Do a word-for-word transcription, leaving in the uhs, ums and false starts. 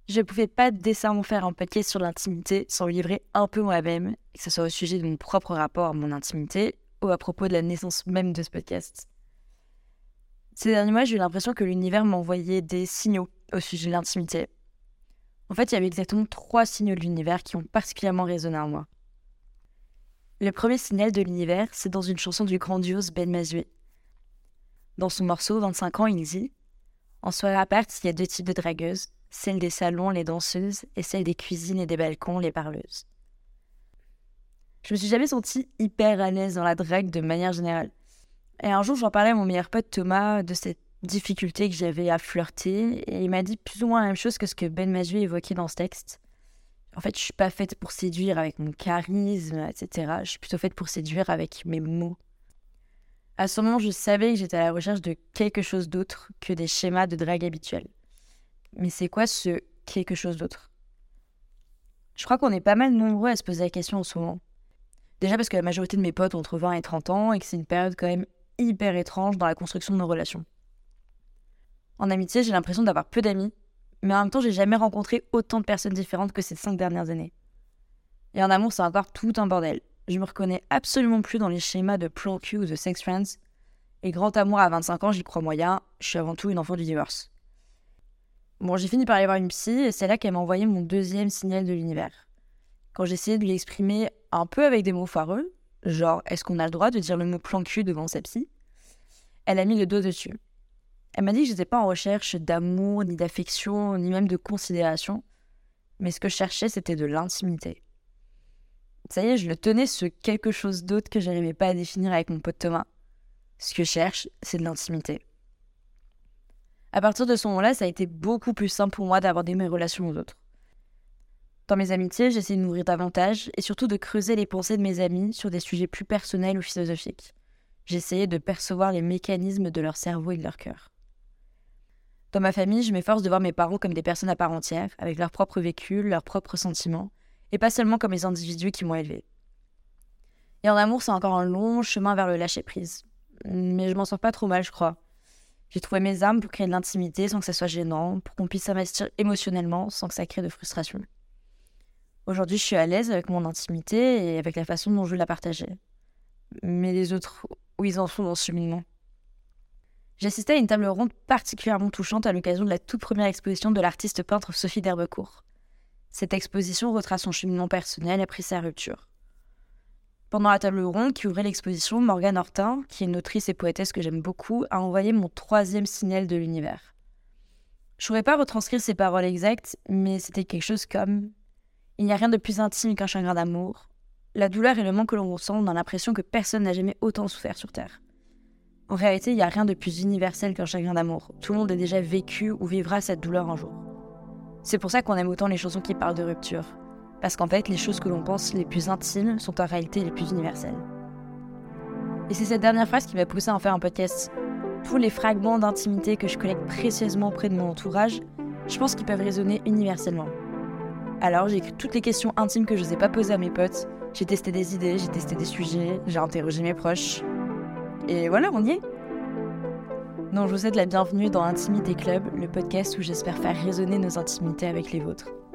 Je ne pouvais pas décemment faire un podcast sur l'intimité sans me livrer un peu moi-même, que ce soit au sujet de mon propre rapport à mon intimité ou à propos de la naissance même de ce podcast. Ces derniers mois, j'ai eu l'impression que l'univers m'envoyait des signaux au sujet de l'intimité. En fait, il y avait exactement trois signaux de l'univers qui ont particulièrement résonné en moi. Le premier signal de l'univers, c'est dans une chanson du grandiose Ben Mazué. Dans son morceau vingt-cinq ans, il dit « En soirée à part, il y a deux types de dragueuses, celle des salons, les danseuses, et celle des cuisines et des balcons, les parleuses. » Je me suis jamais sentie hyper à l'aise dans la drague de manière générale. Et un jour, j'en parlais à mon meilleur pote Thomas de cette difficulté que j'avais à flirter, et il m'a dit plus ou moins la même chose que ce que Ben Mazué évoquait dans ce texte. En fait, je suis pas faite pour séduire avec mon charisme, et cetera. Je suis plutôt faite pour séduire avec mes mots. À ce moment, je savais que j'étais à la recherche de quelque chose d'autre que des schémas de drague habituels. Mais c'est quoi ce quelque chose d'autre ? Je crois qu'on est pas mal nombreux à se poser la question en ce moment. Déjà parce que la majorité de mes potes ont entre vingt et trente ans et que c'est une période quand même hyper étrange dans la construction de nos relations. En amitié, j'ai l'impression d'avoir peu d'amis, mais en même temps, j'ai jamais rencontré autant de personnes différentes que ces cinq dernières années. Et en amour, c'est encore tout un bordel. Je me reconnais absolument plus dans les schémas de plan cul ou de sex friends. Et grand amour à vingt-cinq ans, j'y crois moyen. Je suis avant tout une enfant du divorce. Bon, j'ai fini par aller voir une psy et c'est là qu'elle m'a envoyé mon deuxième signal de l'univers. Quand j'ai essayé de lui exprimer un peu avec des mots foireux, genre est-ce qu'on a le droit de dire le mot plan cul devant sa psy, elle a mis le dos dessus. Elle m'a dit que j'étais pas en recherche d'amour, ni d'affection, ni même de considération, mais ce que je cherchais, c'était de l'intimité. Ça y est, je le tenais, ce quelque chose d'autre que j'arrivais pas à définir avec mon pote Thomas. Ce que je cherche, c'est de l'intimité. À partir de ce moment-là, ça a été beaucoup plus simple pour moi d'aborder mes relations aux autres. Dans mes amitiés, j'ai essayé de m'ouvrir davantage et surtout de creuser les pensées de mes amis sur des sujets plus personnels ou philosophiques. J'ai essayé de percevoir les mécanismes de leur cerveau et de leur cœur. Dans ma famille, je m'efforce de voir mes parents comme des personnes à part entière, avec leur propre vécu, leurs propres sentiments, et pas seulement comme les individus qui m'ont élevé. Et en amour, c'est encore un long chemin vers le lâcher-prise. Mais je m'en sors pas trop mal, je crois. J'ai trouvé mes armes pour créer de l'intimité sans que ça soit gênant, pour qu'on puisse s'investir émotionnellement sans que ça crée de frustration. Aujourd'hui, je suis à l'aise avec mon intimité et avec la façon dont je veux la partager. Mais les autres, où ils en sont dans ce cheminement ? J'ai assisté à une table ronde particulièrement touchante à l'occasion de la toute première exposition de l'artiste peintre Sophie d'Herbecourt. Cette exposition retrace son cheminement personnel après sa rupture. Pendant la table ronde qui ouvrait l'exposition, Morgane Hortin, qui est une autrice et poétesse que j'aime beaucoup, a envoyé mon troisième signal de l'univers. Je ne pourrais pas retranscrire ses paroles exactes, mais c'était quelque chose comme « Il n'y a rien de plus intime qu'un chagrin d'amour. La douleur et le manque que l'on ressent, on a l'impression que personne n'a jamais autant souffert sur Terre. En réalité, il n'y a rien de plus universel qu'un chagrin d'amour. Tout le monde a déjà vécu ou vivra cette douleur un jour. C'est pour ça qu'on aime autant les chansons qui parlent de rupture. Parce qu'en fait, les choses que l'on pense les plus intimes sont en réalité les plus universelles. » Et c'est cette dernière phrase qui m'a poussé à en faire un podcast. Tous les fragments d'intimité que je collecte précieusement près de mon entourage, je pense qu'ils peuvent résonner universellement. Alors, j'ai écrit toutes les questions intimes que je n'osais pas poser à mes potes, j'ai testé des idées, j'ai testé des sujets, j'ai interrogé mes proches. Et voilà, on y est. Donc je vous souhaite la bienvenue dans Intimité Club, le podcast où j'espère faire résonner nos intimités avec les vôtres.